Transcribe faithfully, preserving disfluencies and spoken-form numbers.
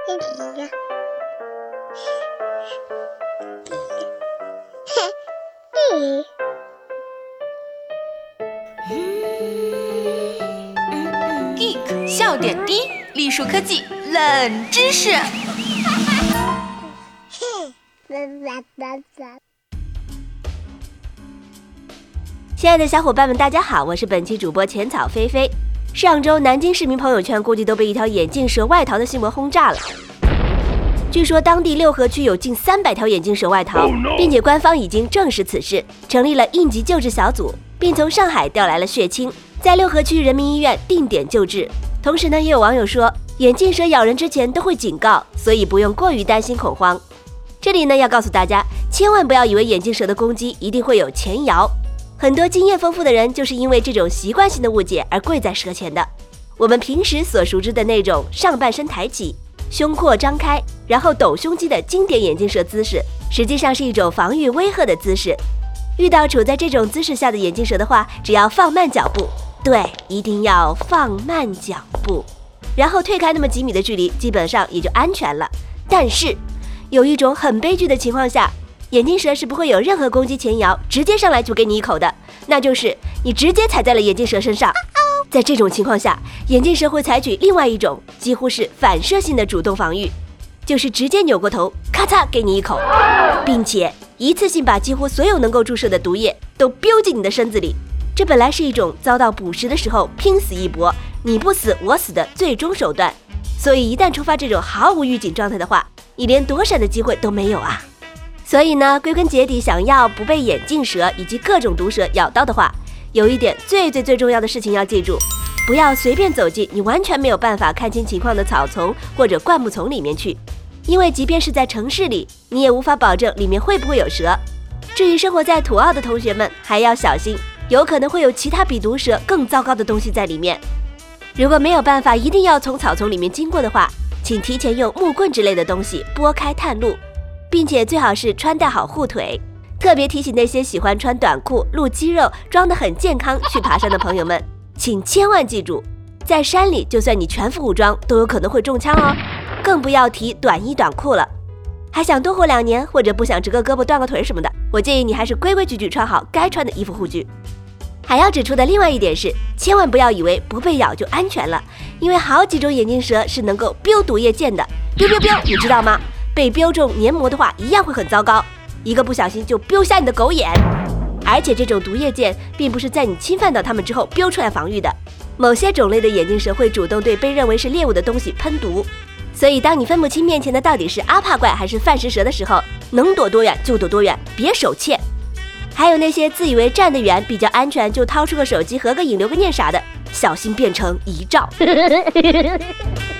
Geek 笑点低，栗树科技冷知识。 亲爱的小伙伴们，大家好，我是本期主播浅草菲菲。上周南京市民朋友圈估计都被一条眼镜蛇外逃的新闻轰炸了。据说当地六合区有近三百条眼镜蛇外逃， oh, no. 并且官方已经证实此事，成立了应急救治小组，并从上海调来了血清，在六合区人民医院定点救治。同时呢，也有网友说，眼镜蛇咬人之前都会警告，所以不用过于担心恐慌。这里呢，要告诉大家，千万不要以为眼镜蛇的攻击一定会有前摇。很多经验丰富的人就是因为这种习惯性的误解而跪在蛇前的。我们平时所熟知的那种上半身抬起、胸廓张开，然后抖胸肌的经典眼镜蛇姿势，实际上是一种防御威吓的姿势。遇到处在这种姿势下的眼镜蛇的话，只要放慢脚步，对，一定要放慢脚步，然后退开那么几米的距离，基本上也就安全了。但是，有一种很悲剧的情况下，眼镜蛇是不会有任何攻击前摇，直接上来就给你一口的，那就是你直接踩在了眼镜蛇身上。在这种情况下，眼镜蛇会采取另外一种几乎是反射性的主动防御，就是直接扭过头，咔嚓给你一口，并且一次性把几乎所有能够注射的毒液都丢进你的身子里。这本来是一种遭到捕食的时候拼死一搏，你不死我死的最终手段，所以一旦触发这种毫无预警状态的话，你连躲闪的机会都没有啊。所以呢，归根结底，想要不被眼镜蛇以及各种毒蛇咬到的话，有一点最最最重要的事情要记住，不要随便走进你完全没有办法看清情况的草丛或者灌木丛里面去，因为即便是在城市里，你也无法保证里面会不会有蛇。至于生活在土澳的同学们，还要小心，有可能会有其他比毒蛇更糟糕的东西在里面。如果没有办法一定要从草丛里面经过的话，请提前用木棍之类的东西拨开探路，并且最好是穿戴好护腿。特别提醒那些喜欢穿短裤露肌肉装得很健康去爬山的朋友们，请千万记住，在山里就算你全副武装都有可能会中枪哦，更不要提短衣短裤了。还想多活两年，或者不想折个胳膊断个腿什么的，我建议你还是规规矩矩穿好该穿的衣服护具。还要指出的另外一点是，千万不要以为不被咬就安全了，因为好几种眼镜蛇是能够飙毒液箭的，飙飙飙，你知道吗？被飙中黏膜的话一样会很糟糕，一个不小心就飙瞎你的狗眼。而且这种毒液箭并不是在你侵犯到它们之后飙出来防御的，某些种类的眼镜蛇会主动对被认为是猎物的东西喷毒，所以当你分不清面前的到底是阿帕怪还是饭食蛇的时候，能躲多远就躲多远，别手欠。还有那些自以为站得远比较安全，就掏出个手机合个影留个念啥的，小心变成遗照。